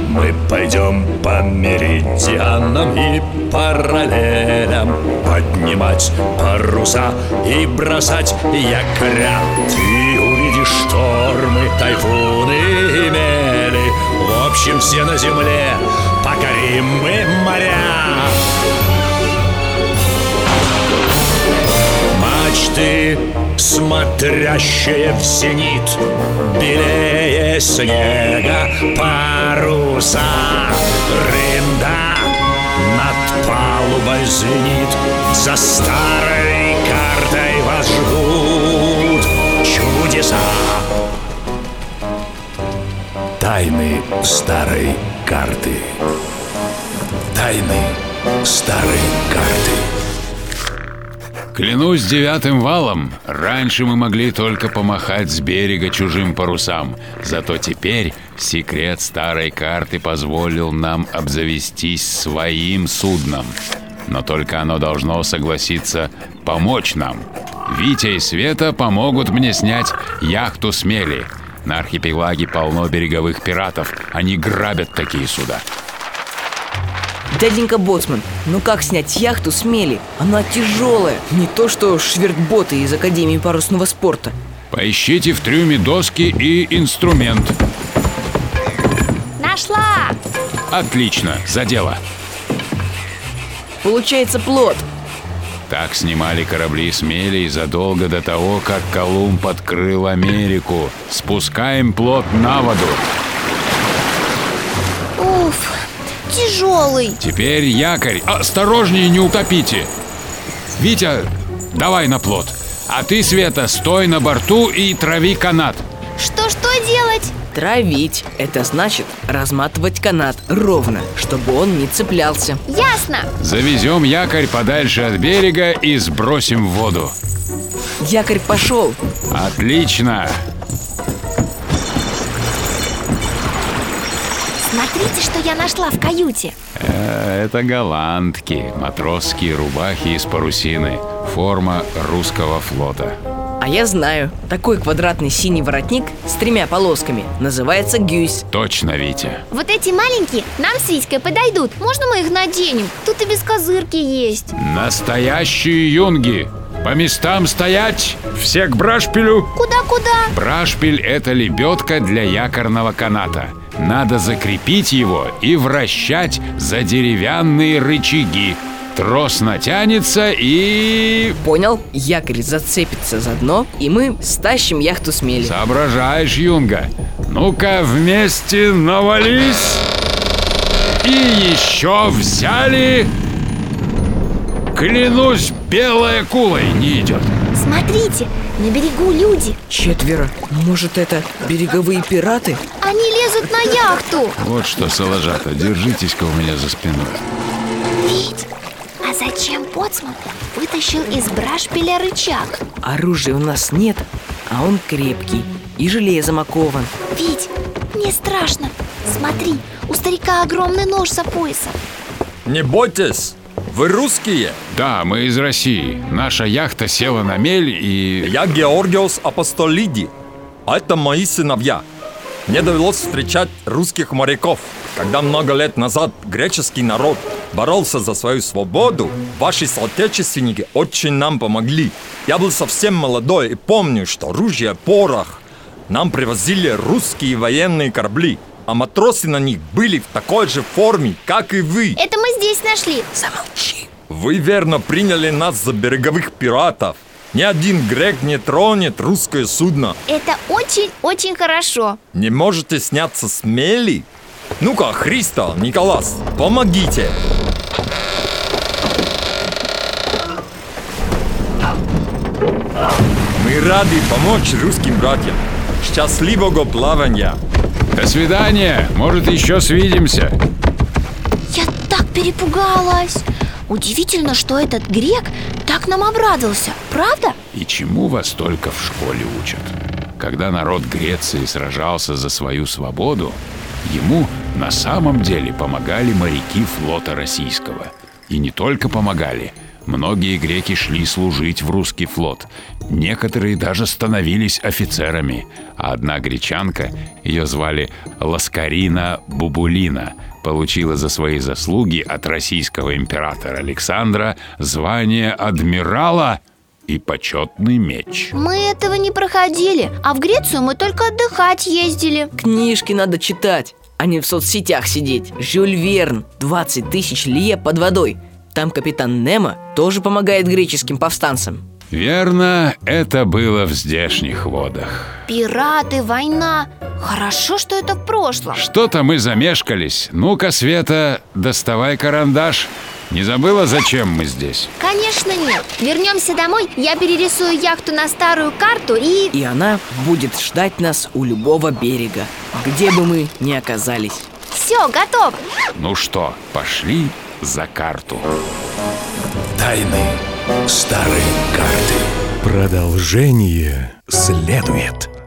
Мы пойдем по меридианам и параллелям, поднимать паруса и бросать якоря. Ты увидишь штормы, тайфуны и мели. В общем, все на земле покорим мы моря. Мачты, смотрящие в зенит, белее снега паруса. Рында над палубой звенит, за старой картой вас ждут чудеса. Тайны старой карты. Тайны старой карты. Клянусь 9-м валом, раньше мы могли только помахать с берега чужим парусам. Зато теперь секрет старой карты позволил нам обзавестись своим судном. Но только оно должно согласиться помочь нам. Витя и Света помогут мне снять яхту «Смели». На архипелаге полно береговых пиратов. Они грабят такие суда. Дяденька Боцман, ну как снять яхту «Смели»? Она тяжелая, не то что швертботы из Академии парусного спорта. Поищите в трюме доски и инструмент. Нашла! Отлично, за дело. Получается плот. Так снимали корабли «Смели» задолго до того, как Колумб открыл Америку. Спускаем плот на воду. Уф, тяжелый. Теперь якорь. Осторожнее, не утопите. Витя, давай на плот. А ты, Света, стой на борту и трави канат. Что делать? Травить – это значит разматывать канат ровно, чтобы он не цеплялся. Ясно. Завезем якорь подальше от берега и сбросим в воду. Якорь пошел. Отлично. Смотрите, что я нашла в каюте. Это голландки, матросские рубахи из парусины. Форма русского флота. А я знаю, такой квадратный синий воротник с 3 полосками называется гюйс. Точно, Витя. Вот эти маленькие нам с Витькой подойдут. Можно мы их наденем? Тут и без козырки есть. Настоящие юнги. По местам стоять. Все к брашпилю. Куда? Брашпиль – это лебедка для якорного каната. Надо закрепить его и вращать за деревянные рычаги. Трос натянется и... Понял? Якорь зацепится за дно, и мы стащим яхту «Смели». Соображаешь, юнга. Ну-ка, вместе навались. И еще взяли. Клянусь, белой акулой не идет. Смотрите, на берегу люди. 4. Может, это береговые пираты? Они лезут на яхту. Вот что, салажата, держитесь-ка у меня за спиной. Вить, а зачем Боцман вытащил из брашпиля рычаг? Оружия у нас нет, а он крепкий и железом окован. Вить, мне страшно. Смотри, у старика огромный нож за поясом. Не бойтесь, вы русские? Да, мы из России. Наша яхта села на мель и... Я Георгиос Апостолиди, а это мои сыновья. Мне довелось встречать русских моряков. Когда много лет назад греческий народ боролся за свою свободу, ваши соотечественники очень нам помогли. Я был совсем молодой и помню, что ружья, порох нам привозили русские военные корабли, а матросы на них были в такой же форме, как и вы. Это мы здесь нашли. Замолчи. Вы верно приняли нас за береговых пиратов. Ни один грек не тронет русское судно. Это очень-очень хорошо. Не можете сняться с мели? Ну-ка, Христо, Николас, помогите. Мы рады помочь русским братьям. Счастливого плавания. До свидания, может, еще свидимся. Я так перепугалась. Удивительно, что этот грек так нам обрадовался, правда? И чему вас только в школе учат? Когда народ Греции сражался за свою свободу, ему на самом деле помогали моряки флота российского. И не только помогали, Многие греки шли служить в русский флот. Некоторые даже становились офицерами. А одна гречанка, ее звали Ласкарина Бубулина, получила за свои заслуги от российского императора Александра звание адмирала и почетный меч. Мы этого не проходили, а в Грецию мы только отдыхать ездили. Книжки надо читать, а не в соцсетях сидеть. Жюль Верн, 20 тысяч лье под водой. Там капитан Немо тоже помогает греческим повстанцам. Верно, это было в здешних водах. Пираты, война. Хорошо, что это в прошлом. Что-то мы замешкались. Ну-ка, Света, доставай карандаш. Не забыла, зачем мы здесь? Конечно нет. Вернемся домой, я перерисую яхту на старую карту И она будет ждать нас у любого берега, где бы мы ни оказались. Все, готово. Ну что, пошли за карту. Тайны старой карты. Продолжение следует.